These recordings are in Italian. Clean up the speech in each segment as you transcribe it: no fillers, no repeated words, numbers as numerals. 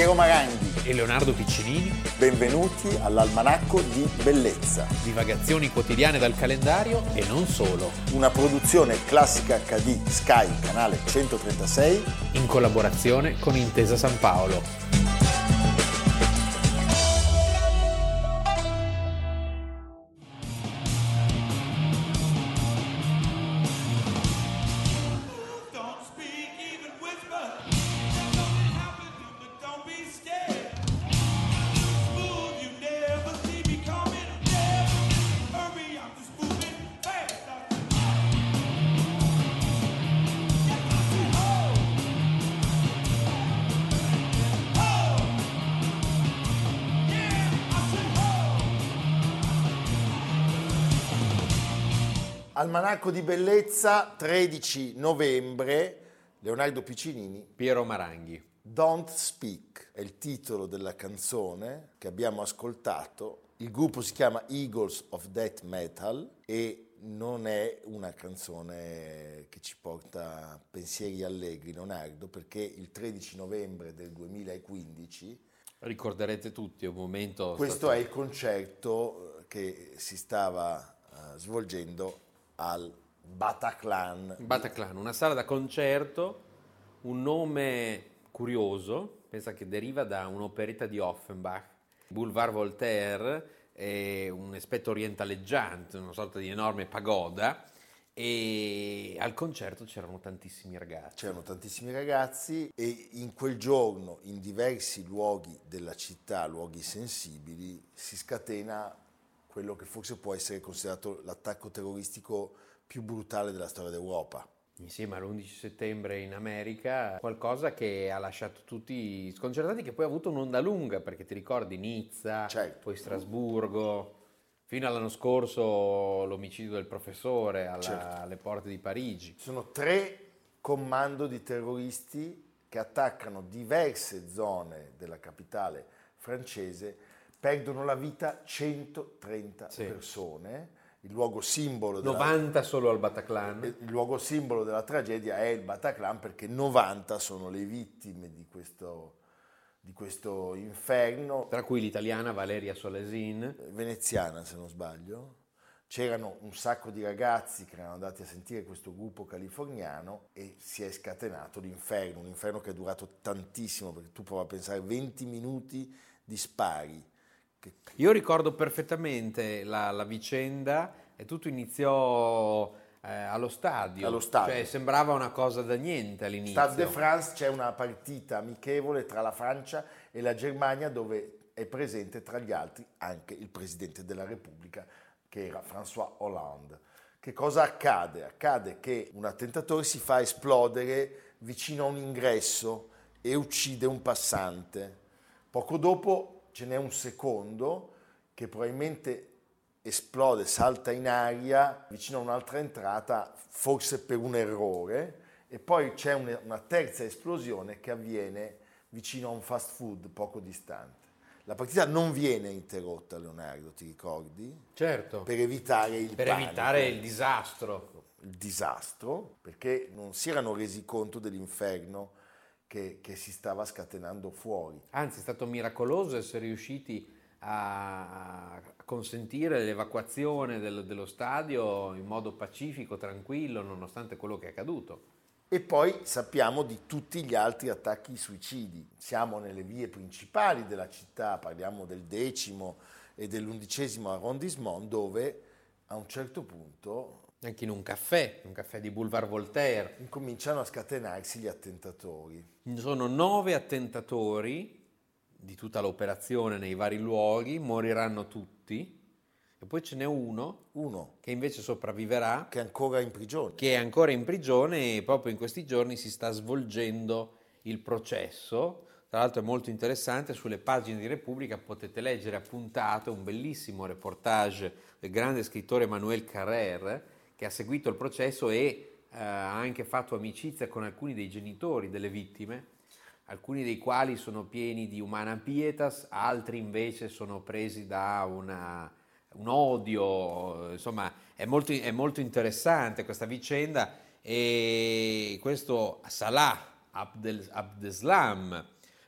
Piero Maranghi e Leonardo Piccinini. Benvenuti all'Almanacco di Bellezza. Divagazioni quotidiane dal calendario e non solo. Una produzione Classica HD Sky, canale 136, in collaborazione con Intesa San Paolo. Almanacco di Bellezza, 13 novembre, Leonardo Piccinini. Piero Maranghi. Don't Speak è il titolo della canzone che abbiamo ascoltato. Il gruppo si chiama Eagles of Death Metal e non è una canzone che ci porta pensieri allegri, Leonardo, perché il 13 novembre del 2015... Ricorderete tutti, è un momento... Questo è il concerto che si stava svolgendo al Bataclan. Bataclan, una sala da concerto, un nome curioso, pensa che deriva da un'operetta di Offenbach, Boulevard Voltaire, è un aspetto orientaleggiante, una sorta di enorme pagoda, e al concerto c'erano tantissimi ragazzi. E in quel giorno, in diversi luoghi della città, luoghi sensibili, si scatena quello che forse può essere considerato l'attacco terroristico più brutale della storia d'Europa. Insieme all'11 settembre in America, qualcosa che ha lasciato tutti sconcertati, che poi ha avuto un'onda lunga, perché ti ricordi Nizza, certo, poi Strasburgo, fino all'anno scorso l'omicidio del professore alle porte di Parigi. Sono 3 commando di terroristi che attaccano diverse zone della capitale francese. Perdono la vita 130 persone, il luogo simbolo 90 solo al Bataclan. Il luogo simbolo della tragedia è il Bataclan, perché 90 sono le vittime di questo inferno. Tra cui l'italiana Valeria Solesin. Veneziana, se non sbaglio. C'erano un sacco di ragazzi che erano andati a sentire questo gruppo californiano e si è scatenato l'inferno, un inferno che è durato tantissimo, perché tu prova a pensare 20 minuti di spari. Io ricordo perfettamente la vicenda e tutto iniziò allo stadio. Cioè sembrava una cosa da niente all'inizio. Stade de France, c'è una partita amichevole tra la Francia e la Germania dove è presente tra gli altri anche il Presidente della Repubblica, che era François Hollande. Che cosa accade? Accade che un attentatore si fa esplodere vicino a un ingresso e uccide un passante. Poco dopo ce n'è un secondo che probabilmente esplode, salta in aria vicino a un'altra entrata, forse per un errore, e poi c'è una terza esplosione che avviene vicino a un fast food poco distante. La partita non viene interrotta, Leonardo, ti ricordi? Certo. Per evitare il panico. Evitare il disastro. Il disastro, perché non si erano resi conto dell'inferno che si stava scatenando fuori. Anzi, è stato miracoloso essere riusciti a consentire l'evacuazione dello stadio in modo pacifico, tranquillo, nonostante quello che è accaduto. E poi sappiamo di tutti gli altri attacchi suicidi. Siamo nelle vie principali della città, parliamo del 10° e dell'11° arrondissement, dove a un certo punto... Anche in un caffè di Boulevard Voltaire. Incominciano a scatenarsi gli attentatori. Sono 9 attentatori di tutta l'operazione nei vari luoghi, moriranno tutti, e poi ce n'è uno che invece sopravviverà. Che è ancora in prigione. E proprio in questi giorni si sta svolgendo il processo. Tra l'altro è molto interessante, sulle pagine di Repubblica potete leggere a puntate un bellissimo reportage del grande scrittore Emmanuel Carrère, che ha seguito il processo e ha anche fatto amicizia con alcuni dei genitori delle vittime, alcuni dei quali sono pieni di humana pietas, altri invece sono presi da un odio. Insomma è molto interessante questa vicenda, e questo Salah Abdeslam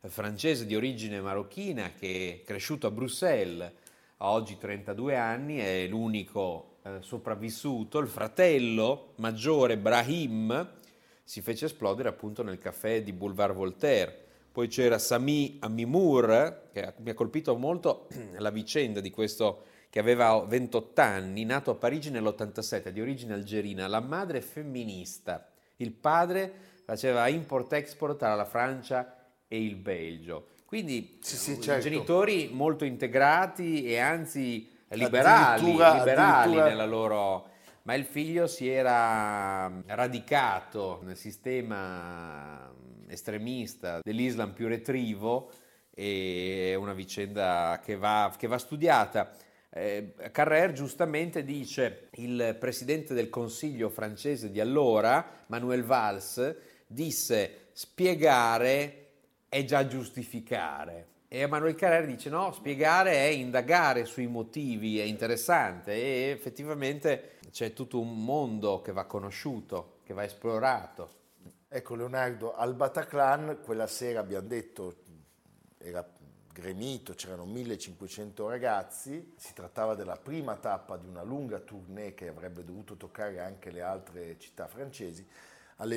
francese di origine marocchina che è cresciuto a Bruxelles, ha oggi 32 anni, è l'unico sopravvissuto. Il fratello maggiore, Brahim, si fece esplodere appunto nel caffè di Boulevard Voltaire. Poi c'era Sami Amimour, che mi ha colpito molto la vicenda di questo che aveva 28 anni, nato a Parigi nell'87, di origine algerina. La madre è femminista, il padre faceva import-export tra la Francia e il Belgio. Quindi certo. Genitori molto integrati e anzi liberali nella loro... Ma il figlio si era radicato nel sistema estremista dell'Islam più retrivo, e è una vicenda che va studiata. Carrère giustamente dice: il presidente del Consiglio francese di allora, Manuel Valls, disse: spiegare è già giustificare. E Emmanuel Carrère dice: no, spiegare è indagare sui motivi, è interessante, e effettivamente c'è tutto un mondo che va conosciuto, che va esplorato. Ecco, Leonardo, al Bataclan quella sera, abbiamo detto, era gremito, c'erano 1500 ragazzi, si trattava della prima tappa di una lunga tournée che avrebbe dovuto toccare anche le altre città francesi. Alle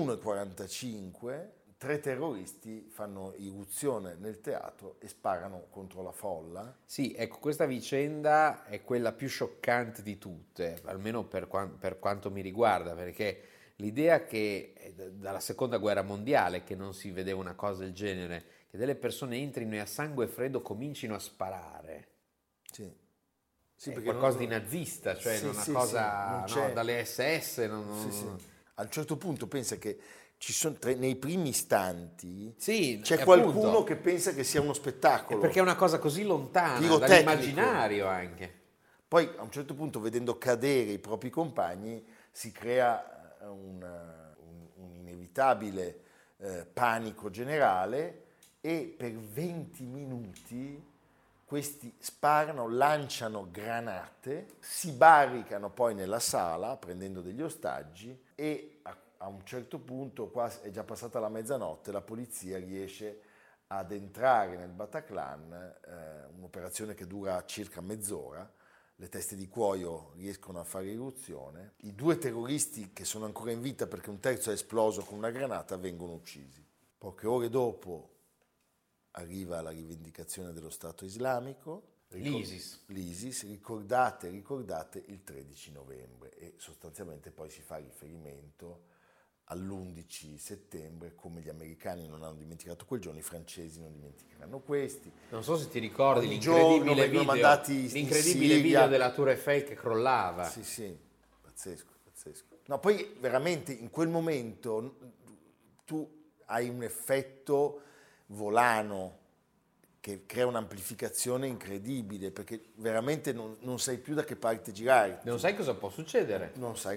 21:45 3 terroristi fanno irruzione nel teatro e sparano contro la folla. Sì, ecco, questa vicenda è quella più scioccante di tutte, almeno per quanto mi riguarda, perché l'idea che dalla seconda guerra mondiale che non si vedeva una cosa del genere, che delle persone entrino e a sangue freddo comincino a sparare. Sì. Sì, è qualcosa di nazista, cioè sì, una sì, cosa sì, non dalle SS. Sì. A un certo punto pensa che ci sono nei primi istanti c'è appunto, qualcuno che pensa che sia uno spettacolo. Perché è una cosa così lontana dall'immaginario anche. Poi a un certo punto, vedendo cadere i propri compagni, si crea un inevitabile panico generale, e per 20 minuti questi sparano, lanciano granate, si barricano poi nella sala prendendo degli ostaggi, e a un certo punto, qua è già passata la mezzanotte, la polizia riesce ad entrare nel Bataclan, un'operazione che dura circa mezz'ora. Le teste di cuoio riescono a fare irruzione. I 2 terroristi, che sono ancora in vita perché un terzo è esploso con una granata, vengono uccisi. Poche ore dopo arriva la rivendicazione dello Stato islamico, l'ISIS, ricordate il 13 novembre, e sostanzialmente poi si fa riferimento all'11 settembre, come gli americani non hanno dimenticato quel giorno, i francesi non dimenticheranno questi. Non so se ti ricordi l'incredibile video della Tour Eiffel che crollava. Sì, pazzesco. No, poi veramente in quel momento tu hai un effetto volano che crea un'amplificazione incredibile, perché veramente non sai più da che parte girare. Non sai cosa può succedere.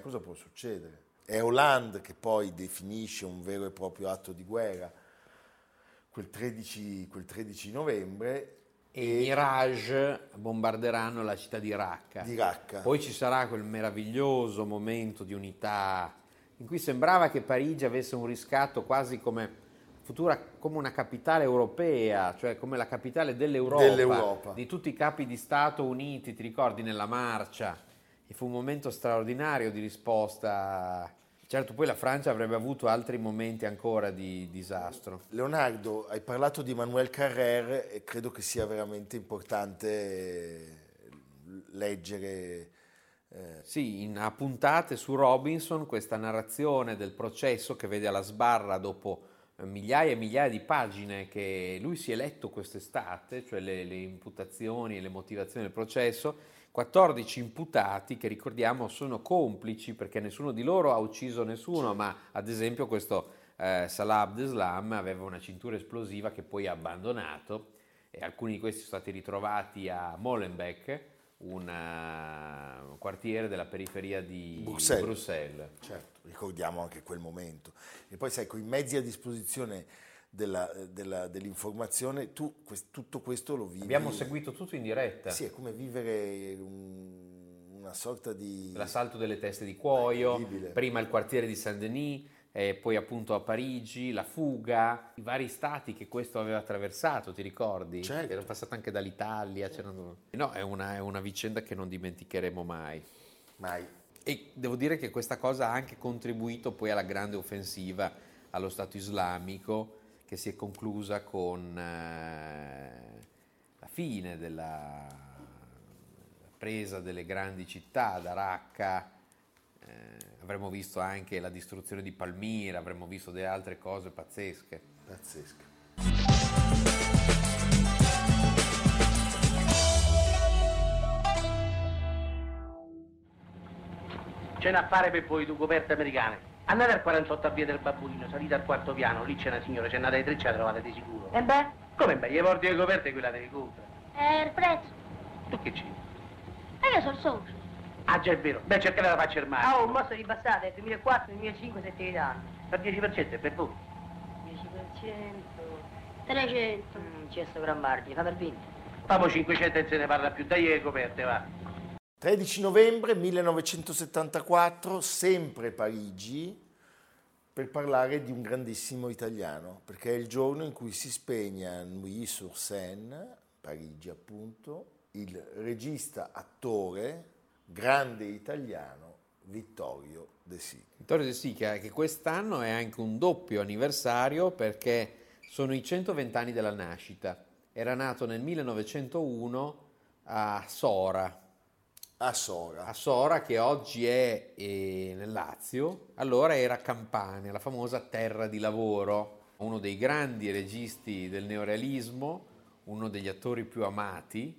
È Hollande che poi definisce un vero e proprio atto di guerra quel 13 novembre. E i Mirage bombarderanno la città di Raqqa. Poi ci sarà quel meraviglioso momento di unità in cui sembrava che Parigi avesse un riscatto quasi come futura, come una capitale europea, cioè come la capitale dell'Europa, di tutti i capi di Stato uniti, ti ricordi, nella marcia? E fu un momento straordinario di risposta. Certo, poi la Francia avrebbe avuto altri momenti ancora di disastro. Leonardo, hai parlato di Manuel Carrère e credo che sia veramente importante leggere. Sì, a puntate su Robinson, questa narrazione del processo che vede alla sbarra dopo migliaia e migliaia di pagine che lui si è letto quest'estate, cioè le imputazioni e le motivazioni del processo. 14 imputati che, ricordiamo, sono complici perché nessuno di loro ha ucciso nessuno, ma ad esempio questo Salah Abdeslam aveva una cintura esplosiva che poi ha abbandonato, e alcuni di questi sono stati ritrovati a Molenbeek, un quartiere della periferia di Bruxelles. Certo, ricordiamo anche quel momento. E poi sai, con i mezzi a disposizione dell'informazione, tu tutto questo lo vivi. Abbiamo seguito tutto in diretta. Sì, è come vivere una sorta di... L'assalto delle teste di cuoio, prima il quartiere di Saint-Denis, e poi appunto a Parigi, la fuga, i vari stati che questo aveva attraversato, ti ricordi? Certo. Era passato anche dall'Italia. No, è una vicenda che non dimenticheremo mai. Mai. E devo dire che questa cosa ha anche contribuito poi alla grande offensiva allo Stato islamico, che si è conclusa con la fine della presa delle grandi città, da Raqqa. Avremmo visto anche la distruzione di Palmira, avremmo visto delle altre cose pazzesche. Pazzesche. C'è un affare per voi, tu coperte americane. Andate al 48 a via del Babbuino, salite al quarto piano, lì c'è una signora, c'è una dei tre, ce la trovate di sicuro. E beh? Come beh, gli porti le coperte quella devi comprare. È il prezzo. Tu che c'è? E io sono il socio. Ah già è vero, beh cercate la faccia armare. Ah, oh, ma sono ribassate, 2004, 2005, 7 di anni. Per 10% è per voi. 10%, 300. C'è sopra margine, fate il 20. Famo 500 e se ne parla più, dai le coperte, va. 13 novembre 1974, sempre Parigi, per parlare di un grandissimo italiano, perché è il giorno in cui si spegne a Neuilly-sur-Seine, Parigi appunto, il regista, attore, grande italiano Vittorio De Sica. Vittorio De Sica, che quest'anno è anche un doppio anniversario perché sono i 120 anni della nascita. Era nato nel 1901 a Sora. A Sora. A Sora, che oggi è nel Lazio, allora era Campania, la famosa terra di lavoro. Uno dei grandi registi del neorealismo, uno degli attori più amati,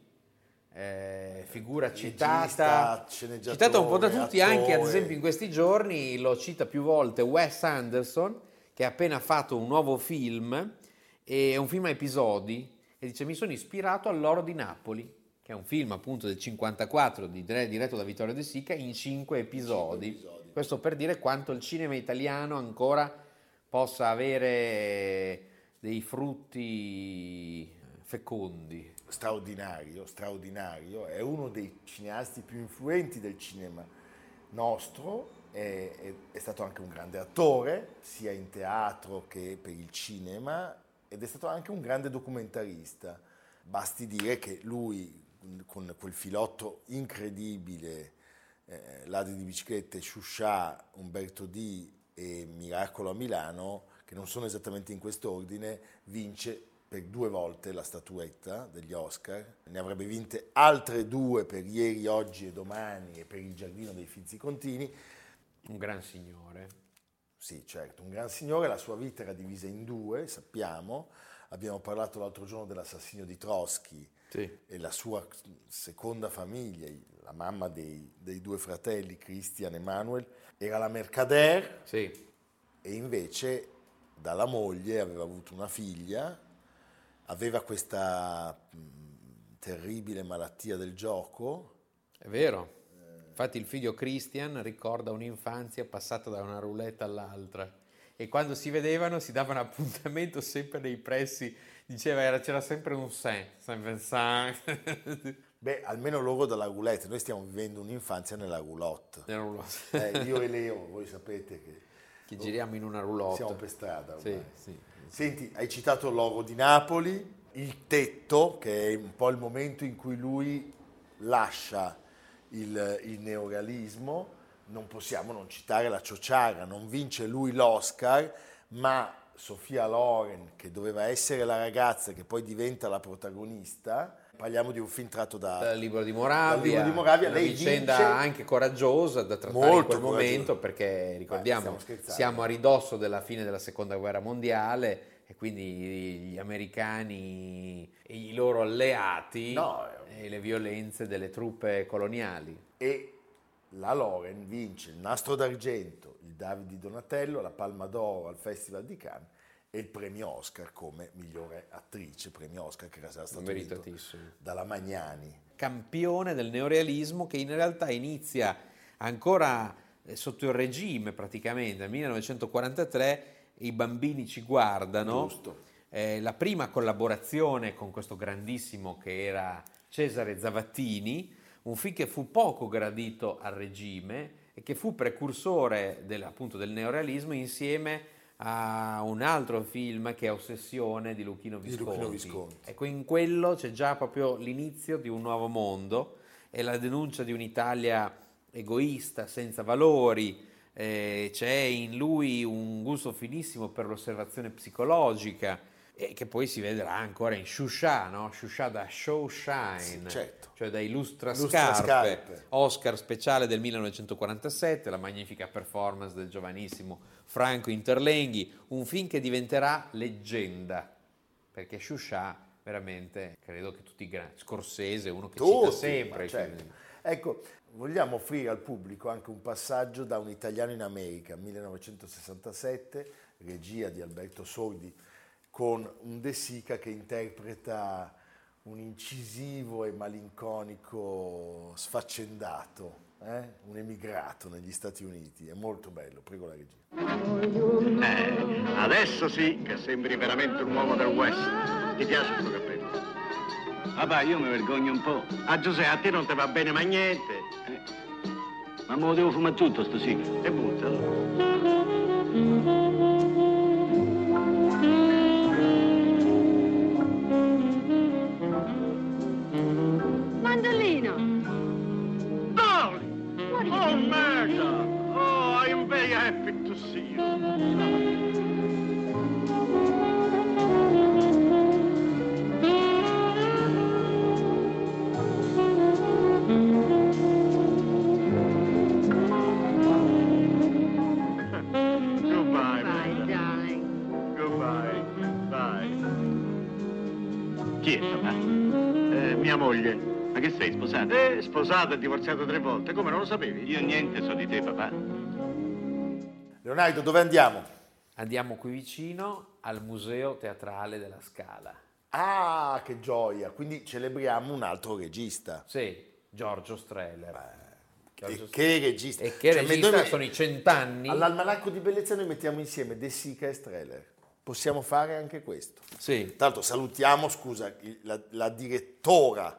figura citata un po' da tutti, attore. Anche ad esempio in questi giorni lo cita più volte Wes Anderson, che ha appena fatto un nuovo film, è un film a episodi, e dice: mi sono ispirato all'Oro di Napoli, che è un film appunto del 54 diretto da Vittorio De Sica in 5 episodi. Questo per dire quanto il cinema italiano ancora possa avere dei frutti fecondi. Straordinario, è uno dei cineasti più influenti del cinema nostro, è stato anche un grande attore, sia in teatro che per il cinema, ed è stato anche un grande documentarista. Basti dire che lui, con quel filotto incredibile, Ladri di biciclette, Sciuscià, Umberto D e Miracolo a Milano, che non sono esattamente in quest'ordine, vince per 2 volte la statuetta degli Oscar, ne avrebbe vinte altre 2 per Ieri, Oggi e Domani e per Il Giardino dei Fizzicontini. Un gran signore. Sì, certo, un gran signore. La sua vita era divisa in 2, sappiamo. Abbiamo parlato l'altro giorno dell'assassinio di Trotsky, sì, e la sua seconda famiglia, la mamma dei 2 fratelli, Christian e Manuel, era la Mercader, sì, e invece dalla moglie aveva avuto una figlia. Aveva questa terribile malattia del gioco. È vero. Infatti il figlio Christian ricorda un'infanzia passata da una roulette all'altra. E quando si vedevano si davano appuntamento sempre nei pressi. Diceva, c'era sempre un Beh, almeno loro dalla roulette. Noi stiamo vivendo un'infanzia nella roulotte. Io e Leo, voi sapete che giriamo in una roulotte. Siamo per strada ormai. Sì. Senti, hai citato l'Oro di Napoli, Il Tetto, che è un po' il momento in cui lui lascia il neorealismo. Non possiamo non citare La Ciociara, non vince lui l'Oscar, ma Sofia Loren, che doveva essere la ragazza che poi diventa la protagonista. Parliamo di un film tratto dal Libro di Moravia, una lei vicenda vince, anche coraggiosa da trattare in quel momento, perché ricordiamo, siamo a ridosso della fine della Seconda Guerra Mondiale e quindi gli americani e i loro alleati e le violenze delle truppe coloniali. E la Loren vince il Nastro d'Argento, il David di Donatello, la Palma d'Oro al Festival di Cannes e il premio Oscar come migliore attrice, premio Oscar che era stato vinto dalla Magnani. Campione del neorealismo, che in realtà inizia ancora sotto il regime praticamente, nel 1943, I bambini ci guardano. Giusto. La prima collaborazione con questo grandissimo che era Cesare Zavattini, un film che fu poco gradito al regime, e che fu precursore appunto del neorealismo insieme a un altro film che è Ossessione di Luchino Visconti. Ecco, in quello c'è già proprio l'inizio di un nuovo mondo e la denuncia di un'Italia egoista, senza valori. C'è in lui un gusto finissimo per l'osservazione psicologica e che poi si vedrà ancora in Shusha, no? Shusha da Showshine, sì, certo. cioè da Illustrascarpe, Oscar speciale del 1947, la magnifica performance del giovanissimo Franco Interlenghi, un film che diventerà leggenda, perché Shusha veramente, credo che tutti i grandi, Scorsese, uno che cita sempre. Certo. Ecco, vogliamo offrire al pubblico anche un passaggio da Un italiano in America, 1967, regia di Alberto Sordi, con un De Sica che interpreta un incisivo e malinconico sfaccendato, un emigrato negli Stati Uniti. È molto bello, prego la regia. Adesso sì che sembri veramente un uomo del West. Ti piace questo cappello? Papà, io mi vergogno un po'. Ah, Giuseppe, a te non ti va bene ma niente. Ma me lo devo fumare tutto sto sigaro. E buttalo. Mandolino! Dolly! Oh, merda! Oh, I am very happy to see you. Chi è, papà? Mia moglie. Ma che sei, sposata? Sposata e divorziata 3 volte. Come, non lo sapevi? Io niente so di te, papà. Leonardo, dove andiamo? Andiamo qui vicino al Museo Teatrale della Scala. Ah, che gioia! Quindi celebriamo un altro regista. Sì, Giorgio Strehler. Che regista! E che regista sono i 100 anni. All'Almanacco di Bellezza noi mettiamo insieme De Sica e Strehler. Possiamo fare anche questo. Sì. Tra l'altro salutiamo, scusa, la direttora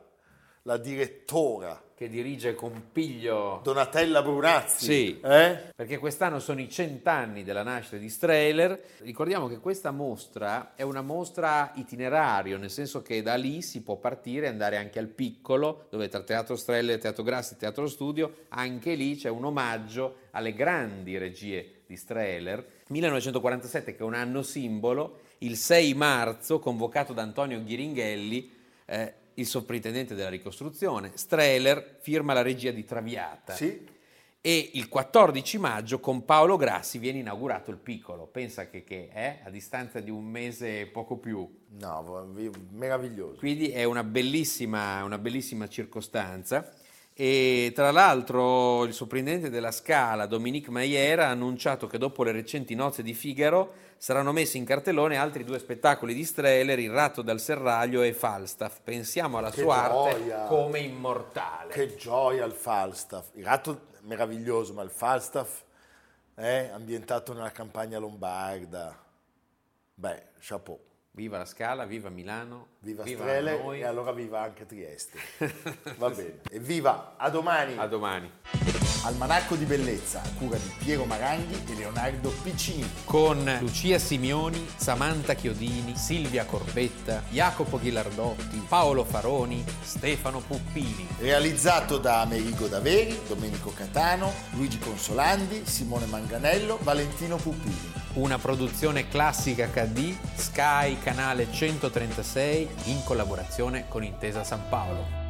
che dirige con piglio Donatella Brunazzi. Sì, perché quest'anno sono i 100 anni della nascita di Strehler. Ricordiamo che questa mostra è una mostra itinerario, nel senso che da lì si può partire e andare anche al Piccolo, dove tra Teatro Strehler, Teatro Grassi, Teatro Studio, anche lì c'è un omaggio alle grandi regie di Strehler. 1947, che è un anno simbolo, il 6 marzo, convocato da Antonio Ghiringhelli, il sovrintendente della ricostruzione, Strehler firma la regia di Traviata. Sì. E il 14 maggio con Paolo Grassi viene inaugurato il Piccolo. Pensa che è a distanza di un mese e poco più. No, meraviglioso. Quindi è una bellissima circostanza. E tra l'altro il sovrintendente della Scala, Dominique Mayer, ha annunciato che dopo le recenti nozze di Figaro saranno messi in cartellone altri 2 spettacoli di Strehler, Il ratto dal serraglio e Falstaff. Pensiamo alla sua arte come immortale. Che gioia il Falstaff. Il ratto meraviglioso, ma il Falstaff è ambientato nella campagna lombarda. Beh, chapeau. Viva la Scala, viva Milano, viva Strehler e allora viva anche Trieste. Va bene. E viva, a domani. A domani. Almanacco di Bellezza, a cura di Piero Maranghi e Leonardo Piccini. Con Lucia Simioni, Samantha Chiodini, Silvia Corbetta, Jacopo Ghilardotti, Paolo Faroni, Stefano Puppini. Realizzato da Amerigo Daveri, Domenico Catano, Luigi Consolandi, Simone Manganello, Valentino Puppini. Una produzione Classica HD, Sky Canale 136, in collaborazione con Intesa San Paolo.